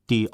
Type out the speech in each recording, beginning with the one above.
第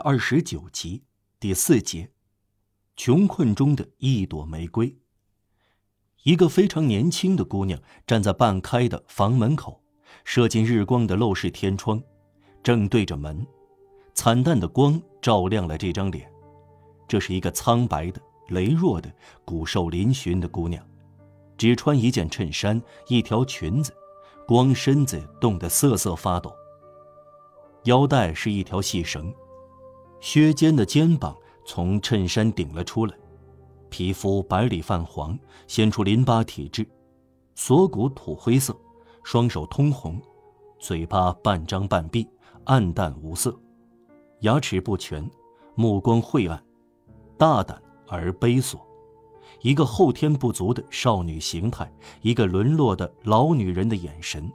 229集第4节，穷困中的一朵玫瑰。一个非常年轻的姑娘站在半开的房门口，射进日光的陋室天窗，正对着门，惨淡的光照亮了这张脸。这是一个苍白的、羸弱的、骨瘦嶙峋的姑娘，只穿一件衬衫，一条裙子，光身子冻得瑟瑟发抖。腰带是一条细绳，削尖的肩膀从衬衫顶了出来，皮肤白里泛黄，显出淋巴体质，锁骨土灰色，双手通红，嘴巴半张半闭，暗淡无色，牙齿不全，目光晦暗，大胆而悲索，一个后天不足的少女形态，一个沦落的老女人的眼神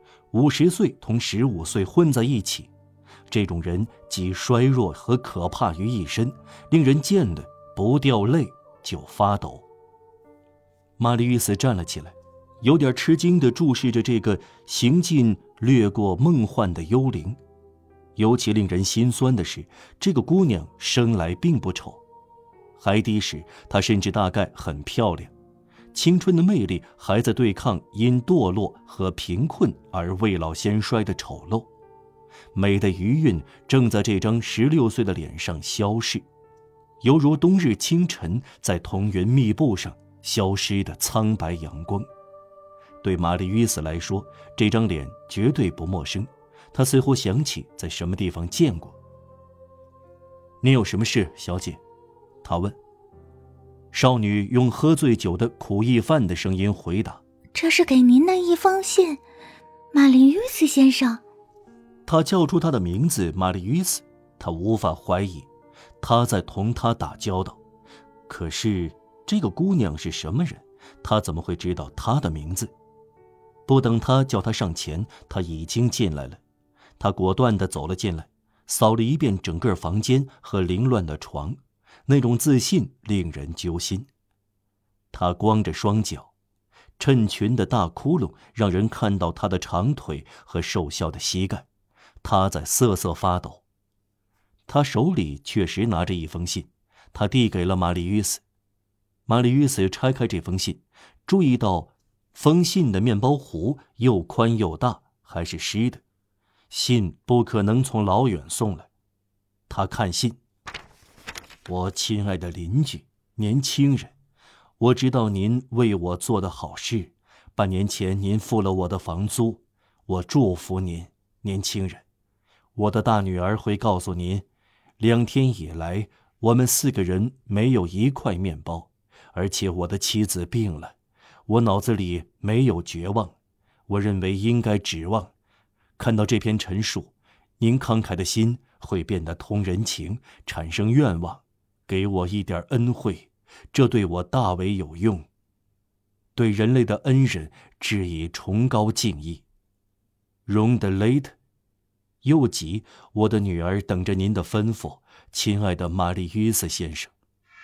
，50岁同15岁混在一起，这种人集衰弱和可怕于一身，令人见得不掉泪就发抖。玛丽·约瑟站了起来，有点吃惊地注视着这个行进掠过梦幻的幽灵。尤其令人心酸的是，这个姑娘生来并不丑，孩提时她甚至大概很漂亮，青春的魅力还在对抗因堕落和贫困而未老先衰的丑陋。美的余韵正在这张16岁的脸上消逝，犹如冬日清晨在彤云密布上消失的苍白阳光。对玛丽·约瑟来说，这张脸绝对不陌生，她似乎想起在什么地方见过。你有什么事，小姐？她问。少女用喝醉酒的苦役犯的声音回答： 这是给您的一封信，玛丽·约瑟先生。 他叫出他的名字玛丽·约瑟，他无法怀疑他在同他打交道。可是这个姑娘是什么人？他怎么会知道她的名字？不等他叫他上前，他已经进来了。他果断地走了进来，扫了一遍整个房间和凌乱的床，那种自信令人揪心。他光着双脚，衬裙的大窟窿让人看到他的长腿和瘦小的膝盖。他在瑟瑟发抖，他手里确实拿着一封信，他递给了玛丽·约瑟。玛丽·约瑟拆开这封信，注意到封信的面包糊又宽又大，还是湿的，信不可能从老远送来。他看信：我亲爱的邻居，年轻人，我知道您为我做的好事，半年前您付了我的房租，我祝福您，年轻人。我的大女儿会告诉您，2天以来我们4个人没有一块面包，而且我的妻子病了。我脑子里没有绝望，我认为应该指望看到这篇陈述，您慷慨的心会变得通人情，产生愿望，给我一点恩惠，这对我大为有用。对人类的恩人致以崇高敬意。荣德雷特。又急，我的女儿等着您的吩咐，亲爱的玛丽·约瑟先生。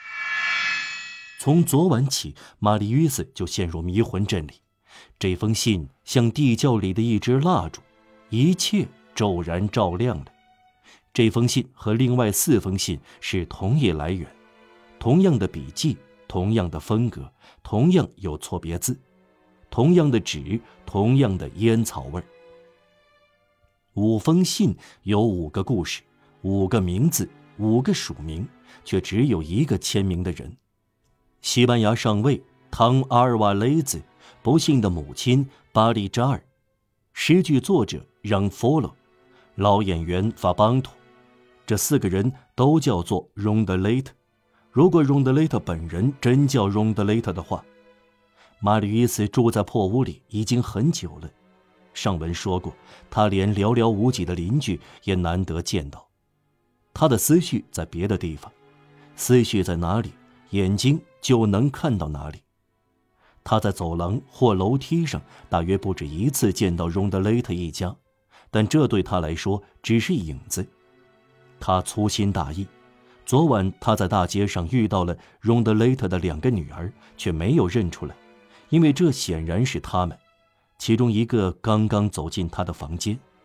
从昨晚起，玛丽·约瑟就陷入迷魂阵里。这封信像地窖里的一支蜡烛，一切骤然照亮了。这封信和另外4封信是同一来源，同样的笔迹，同样的风格，同样有错别字，同样的纸，同样的烟草味儿。5封信有5个故事，5个名字，5个署名，却只有一个签名的人。西班牙上尉汤阿尔瓦雷兹，不幸的母亲巴利扎尔，诗句作者让佛罗，老演员法邦图。这4个人都叫做荣德雷特。如果荣德雷特本人真叫荣德雷特的话，玛丽·约瑟住在破屋里已经很久了。上文说过，他连寥寥无几的邻居也难得见到。他的思绪在别的地方，思绪在哪里，眼睛就能看到哪里。他在走廊或楼梯上大约不止1次见到荣德雷特一家，但这对他来说只是影子。他粗心大意，昨晚他在大街上遇到了荣德雷特的2个女儿，却没有认出来，因为这显然是他们。其中一个刚刚走进他的房间，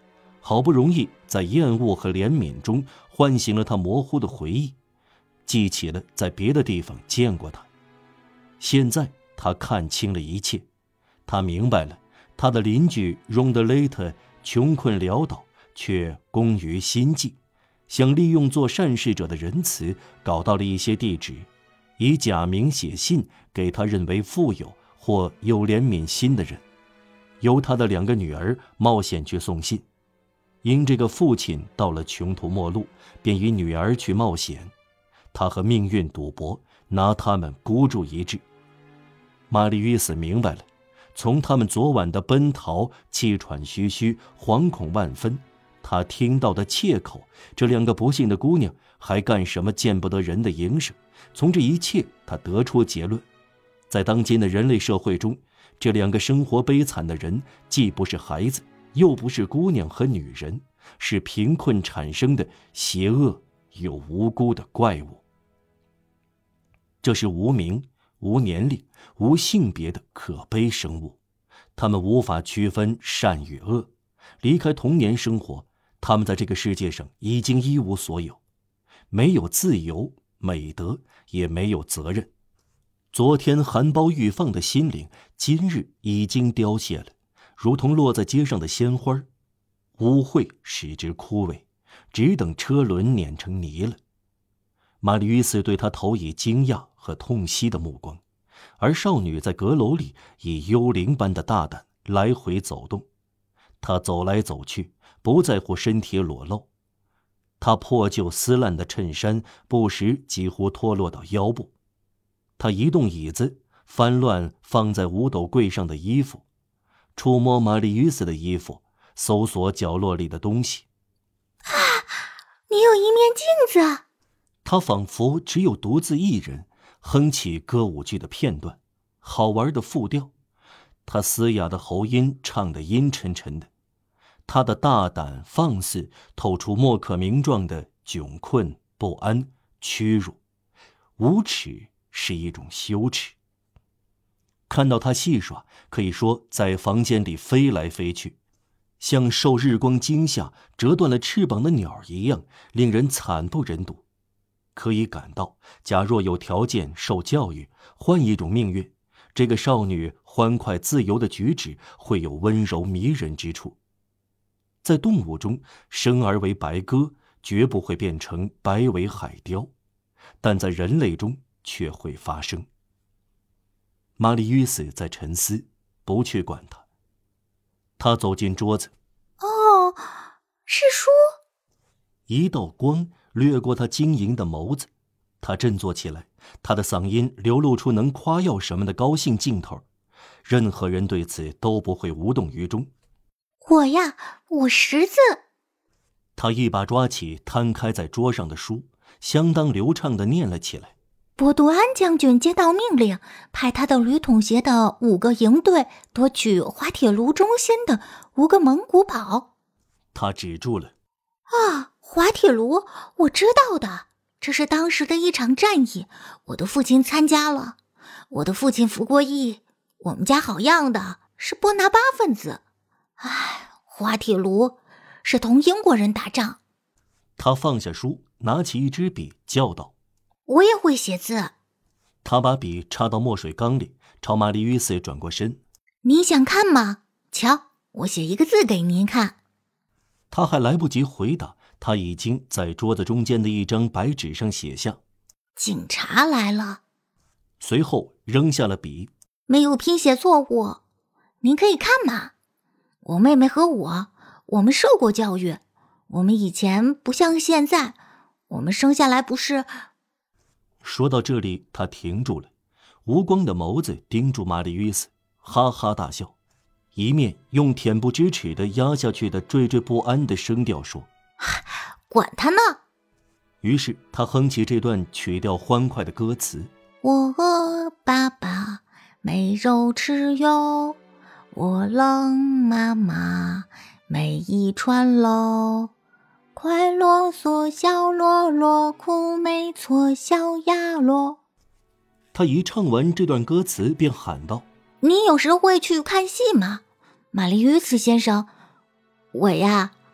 好不容易在厌恶和怜悯中唤醒了他模糊的回忆，记起了在别的地方见过他。现在他看清了一切，他明白了他的邻居荣德雷特穷困潦倒，却工于心计，想利用做善事者的仁慈搞到了一些地址，以假名写信给他认为富有或有怜悯心的人，由他的2个女儿冒险去送信。因这个父亲到了穷途末路，便以女儿去冒险，他和命运赌博，拿他们孤注一掷。玛丽约瑟明白了，从他们昨晚的奔逃、气喘吁吁、惶恐万分，他听到的切口，这2个不幸的姑娘还干什么见不得人的营生。从这一切他得出结论，在当今的人类社会中，这2个生活悲惨的人既不是孩子，又不是姑娘和女人，是贫困产生的邪恶又无辜的怪物。这是无名、无年龄、无性别的可悲生物，他们无法区分善与恶。离开童年生活，他们在这个世界上已经一无所有，没有自由、美德，也没有责任。昨天含苞欲放的心灵，今日已经凋谢了，如同落在街上的鲜花，污秽使之枯萎，只等车轮碾成泥了。玛丽约瑟对他投以惊讶和痛惜的目光，而少女在阁楼里以幽灵般的大胆来回走动。她走来走去，不在乎身体裸露。她破旧撕烂的衬衫不时几乎脱落到腰部。她移动椅子，翻乱放在五斗柜上的衣服，触摸玛丽约瑟的衣服，搜索角落里的东西。 啊，你有一面镜子！ 她仿佛只有独自一人，哼起歌舞剧的片段，好玩的复调。她嘶哑的喉音唱得阴沉沉的，她的大胆放肆透出莫可名状的窘困、不安、屈辱。无耻是一种羞耻。看到她戏耍，可以说在房间里飞来飞去，像受日光惊吓折断了翅膀的鸟一样，令人惨不忍睹。可以感到，假若有条件受教育，换一种命运，这个少女欢快自由的举止会有温柔迷人之处。在动物中，生而为白鸽，绝不会变成白尾海雕，但在人类中却会发生。玛丽约瑟在沉思，不去管他。他走进桌子。 哦，是书。 一道光掠过他晶莹的眸子，他振作起来，他的嗓音流露出能夸耀什么的高兴劲头，任何人对此都不会无动于衷。 我识字。 他一把抓起摊开在桌上的书，相当流畅地念了起来。 博杜安将军接到命令，派他的旅统协的5个营队夺取滑铁卢中心的5个蒙古堡。 他止住了。 啊，滑铁卢，我知道的，这是当时的一场战役，我的父亲参加了，我的父亲服过役，我们家好样的，是波拿巴分子。唉，滑铁卢是同英国人打仗。 他放下书，拿起一支笔，叫道： 我也会写字。 他把笔插到墨水缸里，朝玛丽约瑟转过身。 你想看吗？瞧，我写一个字给您看。 他还来不及回答，他已经在桌子中间的一张白纸上写下： 警察来了。 随后扔下了笔。 没有拼写错误，您可以看嘛。我妹妹和我们受过教育，我们以前不像现在，我们生下来不是…… 说到这里，他停住了，无光的眸子盯住玛丽约瑟，哈哈大笑，一面用恬不知耻的压下去的惴惴不安的声调说： 管他呢。 于是他哼起这段曲调欢快的歌词： 我饿爸爸没肉吃哟，我冷妈妈没衣穿喽，快啰嗦小啰啰，苦没错小哑啰。 他一唱完这段歌词便喊道： 你有时会去看戏吗？玛丽约瑟先生，我呀，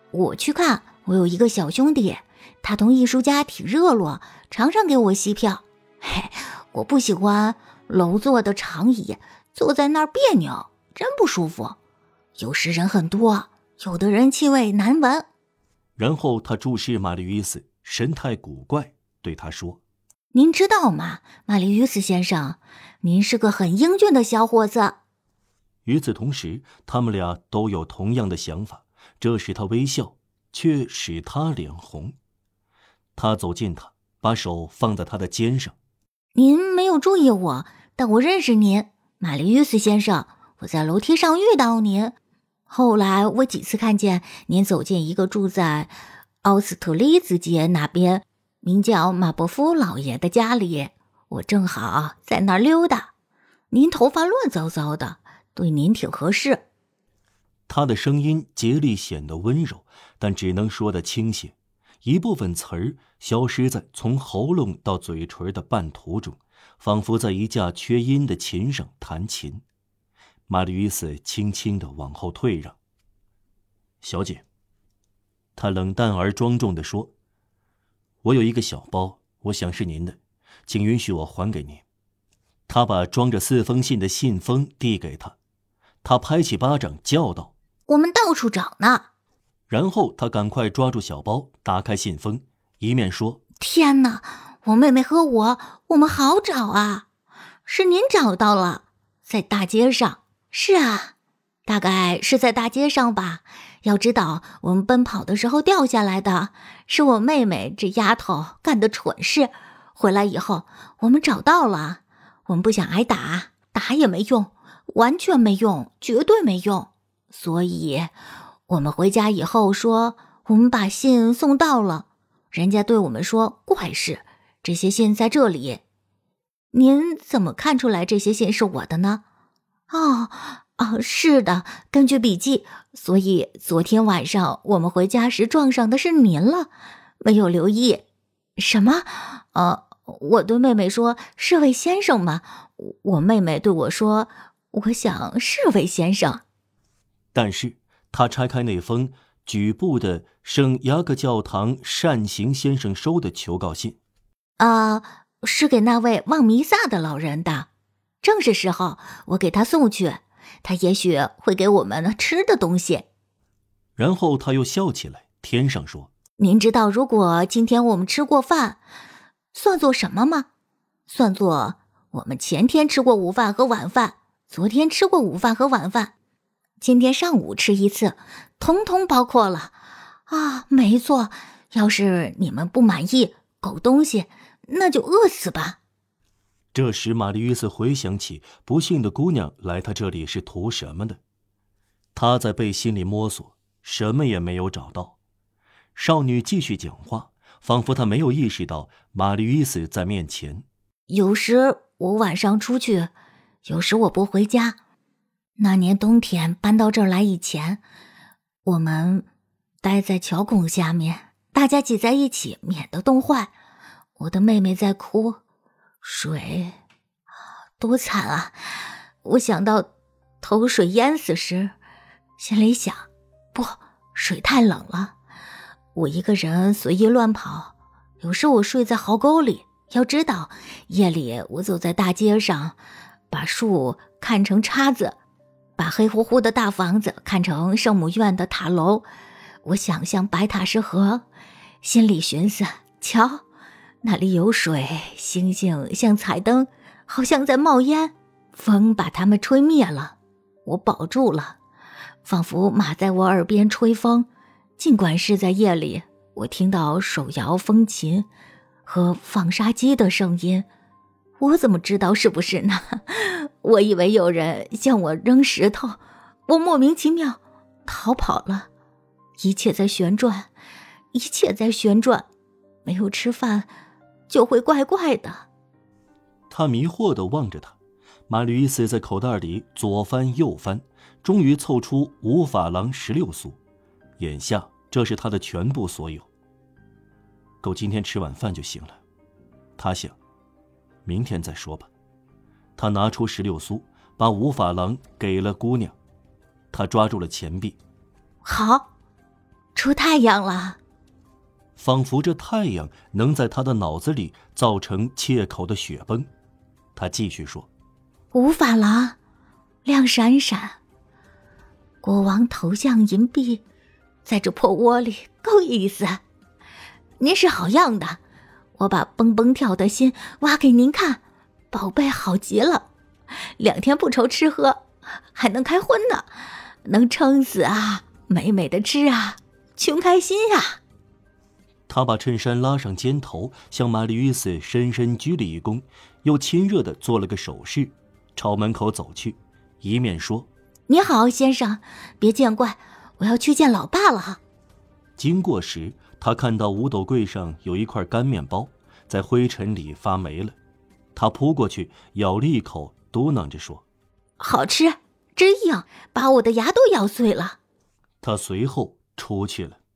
我去看，我有一个小兄弟，他同艺术家挺热络，常常给我吸票。嘿，我不喜欢楼座的长椅，坐在那儿别扭，真不舒服。有时人很多，有的人气味难闻。 然后他注视玛丽·与斯，神态古怪，对他说：“ 您知道吗，玛丽·与斯先生，您是个很英俊的小伙子。” 与此同时，他们俩都有同样的想法，这使他微笑，却使他脸红。他走近他，把手放在他的肩上。 您没有注意我，但我认识您，玛丽·与斯先生。我在楼梯上遇到您，后来我几次看见您走进一个住在奥斯特利兹街那边名叫马伯夫老爷的家里，我正好在那儿溜达。您头发乱糟糟的，对您挺合适。 他的声音竭力显得温柔，但只能说得轻些，一部分词儿消失在从喉咙到嘴唇的半途中，仿佛在一架缺音的琴上弹琴。玛丽·与斯轻轻地往后退让。小姐，他冷淡而庄重地说，我有一个小包，我想是您的，请允许我还给您。他把装着4封信的信封递给他，他拍起巴掌叫道：“ 我们到处找呢。” 然后他赶快抓住小包，打开信封，一面说：“ 天哪，我妹妹和我们好找啊！是您找到了，在大街上。是啊，大概是在大街上吧。要知道，我们奔跑的时候掉下来的，是我妹妹这丫头干的蠢事。回来以后，我们找到了。我们不想挨打，打也没用，完全没用，绝对没用。所以，我们回家以后说，我们把信送到了。人家对我们说，怪事，这些信在这里。您怎么看出来这些信是我的呢？是的，根据笔记，所以昨天晚上我们回家时撞上的是您了，没有留意。什么？我对妹妹说是位先生吗？我妹妹对我说，我想是位先生。 但是他拆开那封举步的圣雅各教堂善行先生收的求告信。 是给那位望弥撒的老人的。正是时候，我给他送去，他也许会给我们吃的东西。 然后他又笑起来，添上说：“ 您知道，如果今天我们吃过饭，算作什么吗？算作我们前天吃过午饭和晚饭，昨天吃过午饭和晚饭，今天上午吃一次，统统包括了。没错，要是你们不满意，狗东西，那就饿死吧。” 这时玛丽·与斯回想起不幸的姑娘来他这里是图什么的，她在背心里摸索，什么也没有找到。少女继续讲话，仿佛她没有意识到玛丽·与斯在面前。 有时我晚上出去，有时我不回家。那年冬天搬到这儿来以前，我们待在桥孔下面，大家挤在一起，免得冻坏。我的妹妹在哭，水多惨啊！我想到头水淹死时，心里想，不，水太冷了。我一个人随意乱跑，有时我睡在壕沟里。要知道，夜里我走在大街上，把树看成叉子，把黑乎乎的大房子看成圣母院的塔楼。我想象白塔是河，心里寻思，瞧，那里有水，星星像彩灯，好像在冒烟，风把它们吹灭了。我保住了，仿佛马在我耳边吹风。尽管是在夜里，我听到手摇风琴和放沙机的声音，我怎么知道是不是呢？我以为有人向我扔石头，我莫名其妙逃跑了。一切在旋转，一切在旋转，没有吃饭就会怪怪的。 他迷惑地望着他，玛丽·与斯在口袋里左翻右翻，终于凑出5法郎16苏，眼下这是他的全部所有。够今天吃晚饭就行了，他想，明天再说吧。他拿出16苏，把5法郎给了姑娘。他抓住了钱币。 好， 出太阳了。 仿佛这太阳能在他的脑子里造成切口的雪崩。他继续说： 无法了，亮闪闪。国王头像银币在这破窝里够意思。您是好样的，我把蹦蹦跳的心挖给您看，宝贝好极了。2天不愁吃喝，还能开荤呢，能撑死啊，美美的吃啊，穷开心呀。 他把衬衫拉上肩头，向玛丽·与斯深深鞠了一躬，又亲热地做了个手势，朝门口走去，一面说： 你好，先生，别见怪，我要去见老爸了。 经过时，他看到五斗柜上有一块干面包，在灰尘里发霉了。他扑过去，咬了一口，嘟囔着说： 好吃，真硬，把我的牙都咬碎了。 他随后出去了。